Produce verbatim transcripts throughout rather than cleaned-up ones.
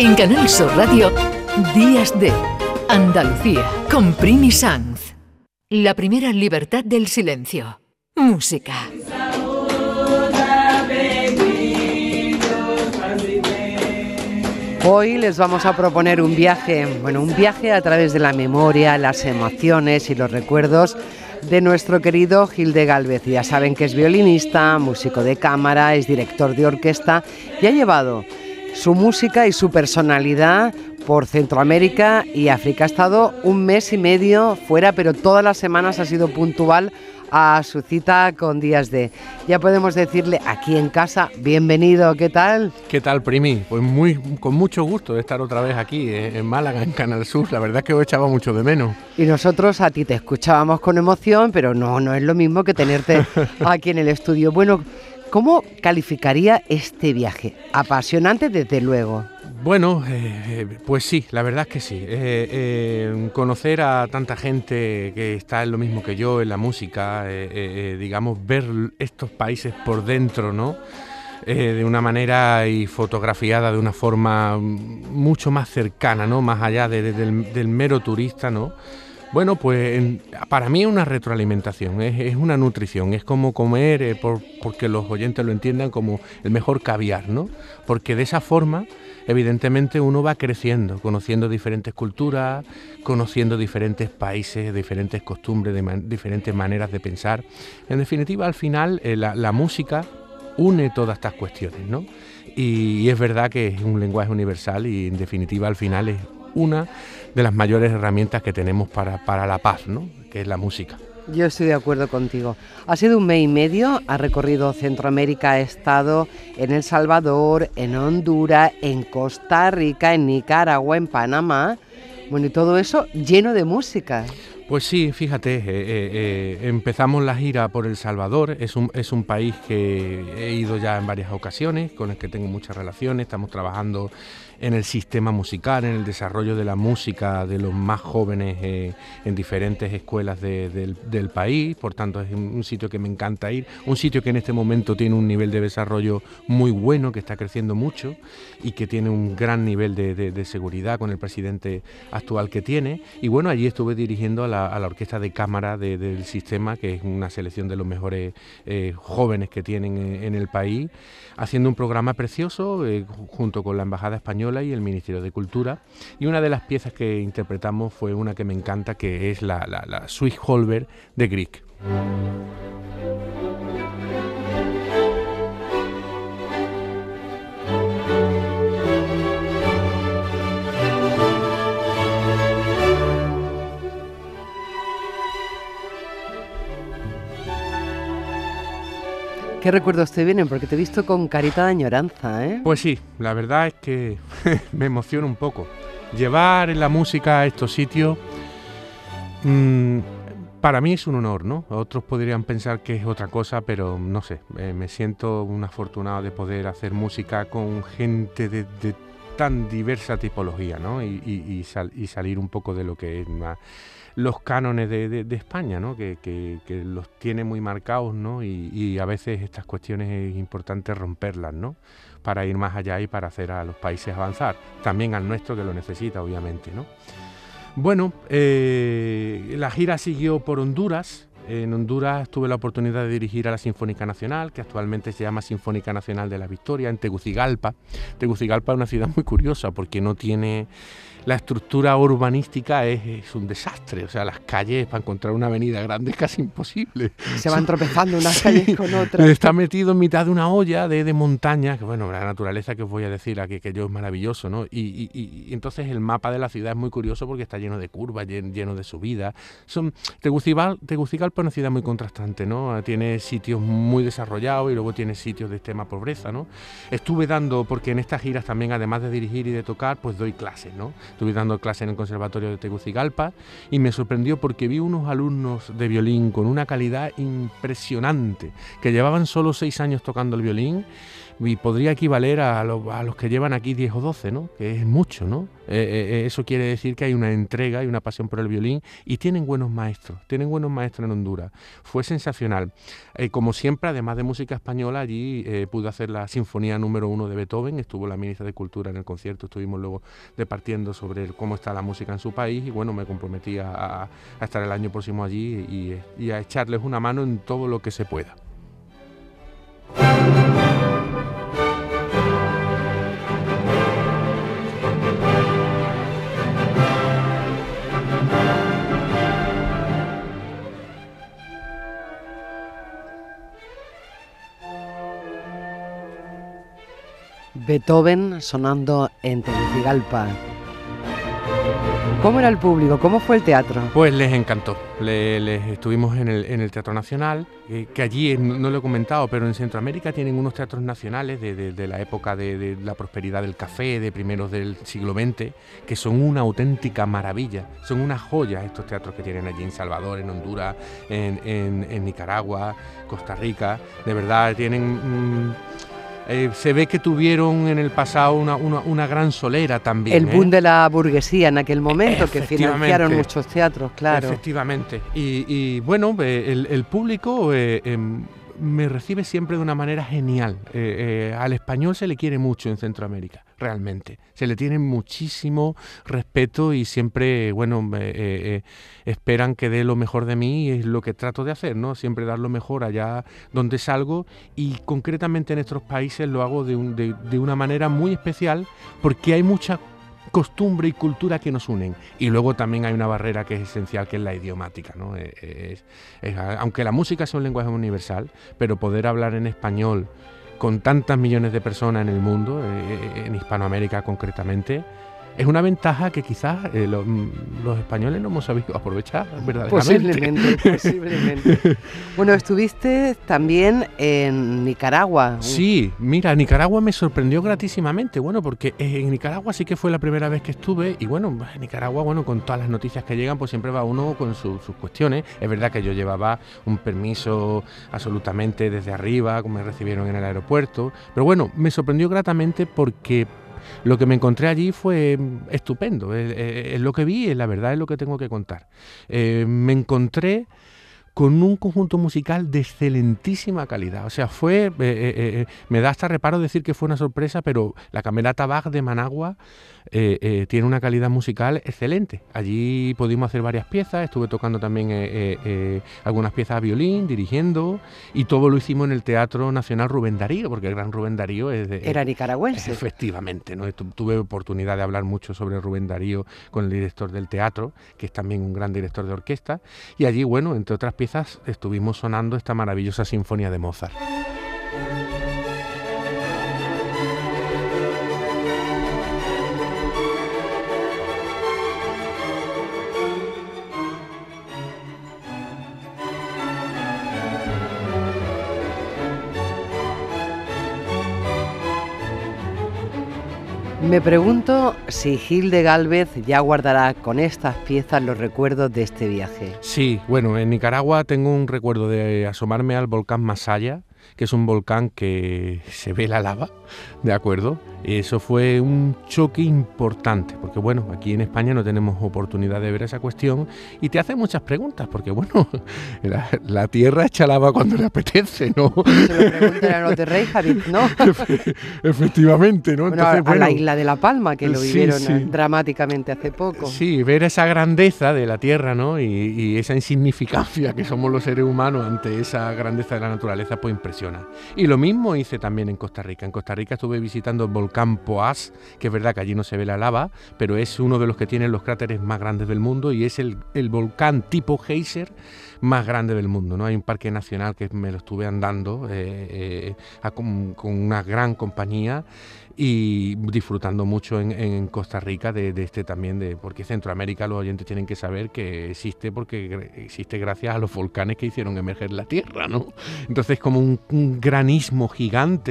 En Canal Sur Radio, Días de Andalucía, con Primi Sanz. La primera libertad del silencio. Música. Hoy les vamos a proponer un viaje, bueno, un viaje a través de la memoria, las emociones y los recuerdos de nuestro querido Gil de Gálvez. Ya saben que es violinista, músico de cámara, es director de orquesta y ha llevado su música y su personalidad por Centroamérica y África. Ha estado un mes y medio fuera, pero todas las semanas ha sido puntual a su cita con Días de. Ya podemos decirle aquí en casa, bienvenido, ¿qué tal? ¿Qué tal, Primi? Pues muy, con mucho gusto de estar otra vez aquí eh, en Málaga, en Canal Sur. La verdad es que os echaba mucho de menos. Y nosotros a ti te escuchábamos con emoción, pero no, no es lo mismo que tenerte aquí en el estudio. Bueno, ¿cómo calificaría este viaje? Apasionante, desde luego. Bueno, eh, pues sí, la verdad es que sí. Eh, eh, conocer a tanta gente que está en lo mismo que yo, en la música, eh, eh, digamos, ver estos países por dentro, ¿no? Eh, de una manera y fotografiada de una forma mucho más cercana, ¿no? Más allá de, de, del, del mero turista, ¿no? Bueno, pues en, para mí es una retroalimentación, es, es una nutrición, es como comer, eh, por, porque los oyentes lo entiendan, como el mejor caviar, ¿no? Porque de esa forma, evidentemente, uno va creciendo, conociendo diferentes culturas, conociendo diferentes países, diferentes costumbres, de man, diferentes maneras de pensar. En definitiva, al final, eh, la, la música une todas estas cuestiones, ¿no? Y, y es verdad que es un lenguaje universal y, en definitiva, al final es una de las mayores herramientas que tenemos para, para la paz, ¿no? Que es la música. Yo estoy de acuerdo contigo. Ha sido un mes y medio, ha recorrido Centroamérica, ha estado en El Salvador, en Honduras, en Costa Rica, en Nicaragua, en Panamá. Bueno, y todo eso lleno de música. Pues sí, fíjate, eh, eh, empezamos la gira por El Salvador, es un, es un país que he ido ya en varias ocasiones, con el que tengo muchas relaciones, estamos trabajando en el sistema musical, en el desarrollo de la música de los más jóvenes eh, en diferentes escuelas de, de, del país, por tanto es un sitio que me encanta ir, un sitio que en este momento tiene un nivel de desarrollo muy bueno, que está creciendo mucho y que tiene un gran nivel de, de, de seguridad con el presidente actual que tiene, y bueno, allí estuve dirigiendo a la, a la orquesta de cámara de, del sistema, que es una selección de los mejores eh, jóvenes que tienen en, en el país, haciendo un programa precioso eh, junto con la Embajada Española y el Ministerio de Cultura, y una de las piezas que interpretamos fue una que me encanta, que es la, la, la Suite Holberg de Grieg. ¿Qué recuerdos te vienen? Porque te he visto con carita de añoranza, ¿eh? Pues sí, la verdad es que me emociona un poco. Llevar la música a estos sitios, mmm, para mí es un honor, ¿no? Otros podrían pensar que es otra cosa, pero no sé, eh, me siento un afortunado de poder hacer música con gente de, de tan diversa tipología, ¿no? Y, y, y, sal, y salir un poco de lo que es más los cánones de, de, de España, ¿no? Que, que, que los tiene muy marcados, ¿no? Y, y a veces estas cuestiones es importante romperlas, ¿no? Para ir más allá y para hacer a los países avanzar, también al nuestro, que lo necesita, obviamente, ¿no? Bueno, eh, la gira siguió por Honduras. En Honduras tuve la oportunidad de dirigir a la Sinfónica Nacional, que actualmente se llama Sinfónica Nacional de la Victoria, en Tegucigalpa. Tegucigalpa es una ciudad muy curiosa porque no tiene... La estructura urbanística es, es un desastre, o sea, las calles para encontrar una avenida grande es casi imposible. Se van tropezando unas sí, calles con otras. Está metido en mitad de una olla de, de montaña, que bueno, la naturaleza que os voy a decir aquí, que yo es maravilloso, ¿no? Y, y, y entonces el mapa de la ciudad es muy curioso porque está lleno de curvas, lleno, lleno de subidas. Son, Tegucigalpa, Tegucigalpa es una ciudad muy contrastante, ¿no? Tiene sitios muy desarrollados y luego tiene sitios de extrema pobreza, ¿no? Estuve dando, porque en estas giras también, además de dirigir y de tocar, pues doy clases, ¿no? Estuve dando clases en el Conservatorio de Tegucigalpa y me sorprendió porque vi unos alumnos de violín con una calidad impresionante, que llevaban solo seis años tocando el violín, y podría equivaler a, lo, a los que llevan aquí diez o doce, ¿no? Que es mucho, ¿no? Eh, eh, eso quiere decir que hay una entrega y una pasión por el violín y tienen buenos maestros, tienen buenos maestros en Honduras. Fue sensacional. Eh, como siempre, además de música española, allí eh, pude hacer la sinfonía número uno de Beethoven, estuvo la ministra de Cultura en el concierto, estuvimos luego departiendo sobre el, cómo está la música en su país y bueno, me comprometí a, a estar el año próximo allí y, y a echarles una mano en todo lo que se pueda. Beethoven sonando en Tegucigalpa. ¿Cómo era el público? ¿Cómo fue el teatro? Pues les encantó. Le, les estuvimos en el, en el Teatro Nacional, eh, que allí, no, no lo he comentado, pero en Centroamérica tienen unos teatros nacionales de, de, de la época de, de la prosperidad del café, de primeros del siglo veinte, que son una auténtica maravilla. Son una joya estos teatros que tienen allí en Salvador, en Honduras, en, en, en Nicaragua, Costa Rica. De verdad, tienen... Mmm, Eh, se ve que tuvieron en el pasado una, una, una gran solera también. El boom ¿eh? de la burguesía en aquel momento, que financiaron muchos teatros, claro. Efectivamente. Y, y bueno, eh, el, el público eh, eh, me recibe siempre de una manera genial. Eh, eh, al español se le quiere mucho en Centroamérica, realmente. Se le tiene muchísimo respeto y siempre, bueno, eh, eh, esperan que dé lo mejor de mí y es lo que trato de hacer, ¿no? Siempre dar lo mejor allá donde salgo y concretamente en estos países lo hago de, un, de, de una manera muy especial porque hay mucha costumbre y cultura que nos unen y luego también hay una barrera que es esencial, que es la idiomática, ¿no? Es, es, es, aunque la música sea un lenguaje universal, pero poder hablar en español con tantas millones de personas en el mundo, eh, en Hispanoamérica concretamente, es una ventaja que quizás eh, lo, los españoles no hemos sabido aprovechar verdaderamente. Posiblemente, posiblemente. Bueno, estuviste también en Nicaragua. Sí, mira, Nicaragua me sorprendió gratísimamente, bueno, porque en Nicaragua sí que fue la primera vez que estuve y bueno, en Nicaragua, bueno, con todas las noticias que llegan, pues siempre va uno con su, sus cuestiones. Es verdad que yo llevaba un permiso absolutamente desde arriba, como me recibieron en el aeropuerto, pero bueno, me sorprendió gratamente porque lo que me encontré allí fue estupendo, es, es, es lo que vi, es la verdad, es lo que tengo que contar. Eh, me encontré con un conjunto musical de excelentísima calidad, o sea, fue, eh, eh, eh, me da hasta reparo decir que fue una sorpresa, pero la Camerata Bach de Managua eh, eh, tiene una calidad musical excelente. Allí pudimos hacer varias piezas, estuve tocando también eh, eh, eh, algunas piezas a violín, dirigiendo, y todo lo hicimos en el Teatro Nacional Rubén Darío, porque el gran Rubén Darío es de... Era nicaragüense. Efectivamente, ¿no? Tuve oportunidad de hablar mucho sobre Rubén Darío con el director del teatro, que es también un gran director de orquesta, y allí, bueno, entre otras piezas, estuvimos sonando esta maravillosa sinfonía de Mozart. Me pregunto si Gil de Gálvez ya guardará con estas piezas los recuerdos de este viaje. Sí, bueno, en Nicaragua tengo un recuerdo de asomarme al volcán Masaya, que es un volcán que se ve la lava, ¿de acuerdo? Eso fue un choque importante, porque bueno, aquí en España no tenemos oportunidad de ver esa cuestión y te hace muchas preguntas, porque bueno, la, la tierra echa lava cuando le apetece, ¿no? Se lo preguntan a los de Reykjavik, ¿no? Efectivamente, ¿no? Bueno, Entonces, a, bueno, a la isla de La Palma, que lo vivieron sí, sí. dramáticamente hace poco. Sí, ver esa grandeza de la tierra, ¿no? Y, y esa insignificancia que somos los seres humanos ante esa grandeza de la naturaleza, pues impresiona. Y lo mismo hice también en Costa Rica. En Costa Rica estuve visitando el volcán Poás, que es verdad que allí no se ve la lava, pero es uno de los que tiene los cráteres más grandes del mundo y es el, el volcán tipo geyser más grande del mundo, ¿no? Hay un parque nacional que me lo estuve andando eh, eh, a, con, con una gran compañía y disfrutando mucho en, en Costa Rica de, de este también, de porque Centroamérica los oyentes tienen que saber que existe porque existe gracias a los volcanes que hicieron emerger la Tierra, ¿no? Entonces como un, un granismo gigante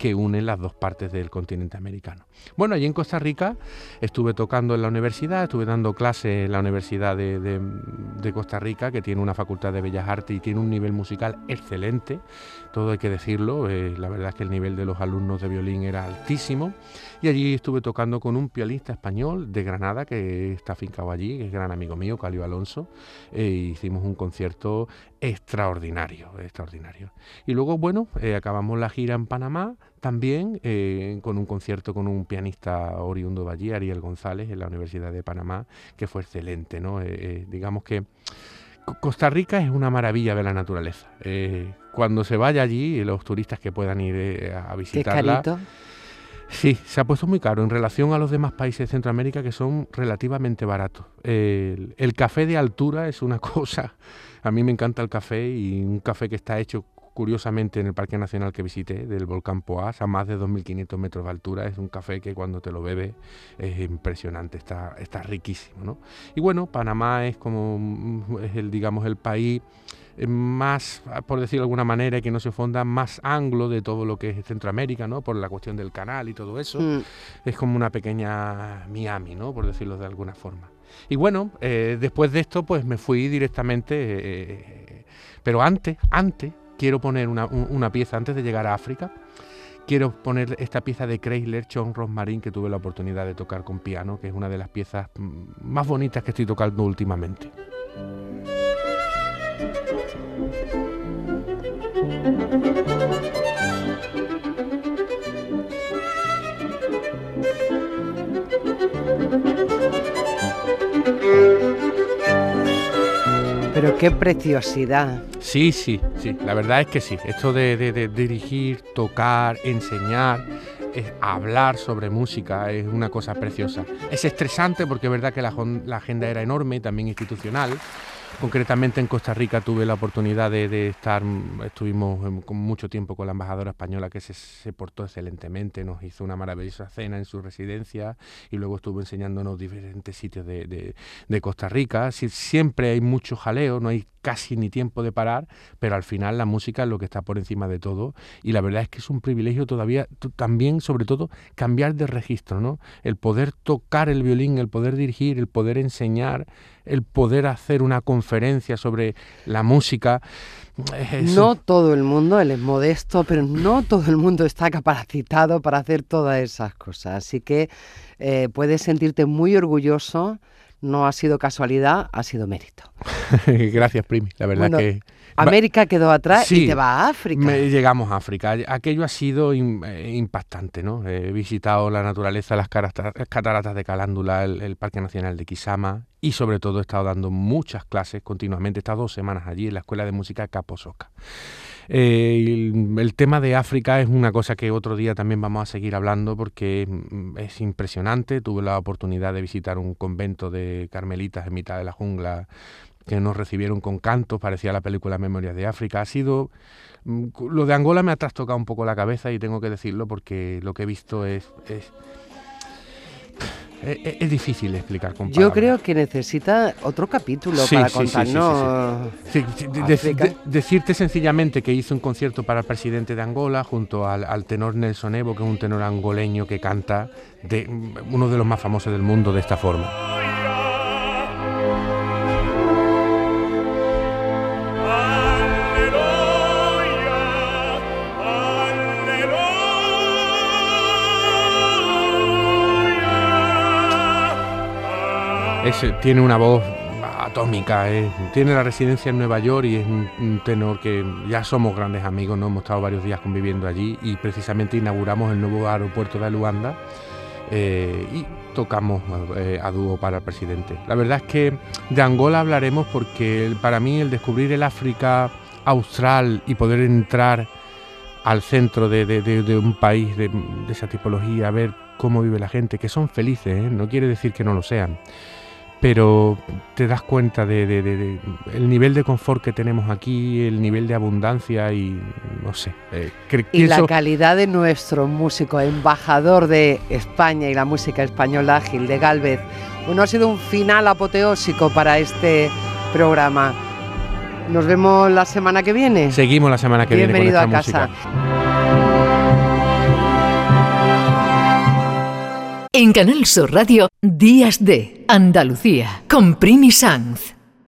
que unen las dos partes del continente americano. Bueno, allí en Costa Rica estuve tocando en la universidad, estuve dando clases en la Universidad de, de, de Costa Rica, que tiene una facultad de Bellas Artes y tiene un nivel musical excelente, todo hay que decirlo, eh, la verdad es que el nivel de los alumnos de violín era altísimo, y allí estuve tocando con un pianista español de Granada, que está afincado allí, que es gran amigo mío, Calio Alonso, e hicimos un concierto extraordinario, extraordinario. Y luego, bueno, eh, acabamos la gira en Panamá, también eh, con un concierto con un pianista oriundo de allí, Ariel González, en la Universidad de Panamá, que fue excelente, ¿no? Eh, eh, digamos que Costa Rica es una maravilla de la naturaleza. Eh, cuando se vaya allí, los turistas que puedan ir eh, a visitarla... ¿Qué carito? Sí, se ha puesto muy caro en relación a los demás países de Centroamérica, que son relativamente baratos. Eh, el, el café de altura es una cosa... A mí me encanta el café, y un café que está hecho curiosamente en el Parque Nacional que visité, del volcán Poás, a más de dos mil quinientos metros de altura. Es un café que cuando te lo bebes es impresionante, está, está riquísimo, ¿no? Y bueno, Panamá es como, es el, digamos, el país más, por decirlo de alguna manera, y que no se fonda, más anglo de todo lo que es Centroamérica, ¿no? Por la cuestión del canal y todo eso. Mm. Es como una pequeña Miami, ¿no? Por decirlo de alguna forma. Y bueno, eh, después de esto, pues me fui directamente, eh, pero antes, antes, quiero poner una, una pieza, antes de llegar a África, quiero poner esta pieza de Chrysler, John Rosmarin, que tuve la oportunidad de tocar con piano, que es una de las piezas más bonitas que estoy tocando últimamente. Pero qué preciosidad. Sí, sí, sí, la verdad es que sí. Esto de, de, de dirigir, tocar, enseñar, es hablar sobre música es una cosa preciosa. Es estresante porque es verdad que la, la agenda era enorme, también institucional. Concretamente en Costa Rica tuve la oportunidad de, de estar, estuvimos con mucho tiempo con la embajadora española, que se, se portó excelentemente, nos hizo una maravillosa cena en su residencia, y luego estuvo enseñándonos diferentes sitios de, de, de Costa Rica. Si, siempre hay mucho jaleo, no hay casi ni tiempo de parar, pero al final la música es lo que está por encima de todo, y la verdad es que es un privilegio todavía, también sobre todo cambiar de registro, ¿no? El poder tocar el violín, el poder dirigir, el poder enseñar, el poder hacer una conferencia sobre la música. No todo el mundo, él es modesto, pero no todo el mundo está capacitado para hacer todas esas cosas, así que eh, puedes sentirte muy orgulloso. No ha sido casualidad, ha sido mérito. Gracias, Primi. La verdad bueno, que... América quedó atrás sí, y te va a África. Me, llegamos a África. Aquello ha sido in, eh, impactante, ¿no? He visitado la naturaleza, las cataratas de Calándula, el, el Parque Nacional de Kisama, y sobre todo he estado dando muchas clases continuamente. He estado dos semanas allí en la Escuela de Música Caposoca. Eh, el, el tema de África es una cosa que otro día también vamos a seguir hablando, porque es impresionante. Tuve la oportunidad de visitar un convento de carmelitas en mitad de la jungla, que nos recibieron con cantos, parecía la película Memorias de África. Ha sido... Lo de Angola me ha trastocado un poco la cabeza, y tengo que decirlo porque lo que he visto es... es Es, es difícil explicar con palabras. Yo creo que necesita otro capítulo sí, para sí, contarnos. Sí, sí, sí, sí. Sí, de, de, decirte sencillamente que hice un concierto para el presidente de Angola junto al, al tenor Nelson Evo, que es un tenor angoleño que canta de uno de los más famosos del mundo de esta forma. Es, tiene una voz atómica, es, tiene la residencia en Nueva York y es un, un tenor que ya somos grandes amigos, ¿no? Hemos estado varios días conviviendo allí y precisamente inauguramos el nuevo aeropuerto de Luanda eh, y tocamos eh, a dúo para el presidente. La verdad es que de Angola hablaremos porque para mí el descubrir el África austral y poder entrar al centro de, de, de, de un país de, de esa tipología, ver cómo vive la gente, que son felices, ¿eh? No quiere decir que no lo sean, pero te das cuenta de, de, de, de el nivel de confort que tenemos aquí, el nivel de abundancia y no sé. Eh, cre- y pienso... la calidad de nuestro músico, embajador de España y la música española, Gil de Gálvez. Bueno, ha sido un final apoteósico para este programa. Nos vemos la semana que viene. Seguimos la semana que Bienvenido viene con esta a casa. música. En Canal Sur Radio, Días de Andalucía, con Primi Sanz.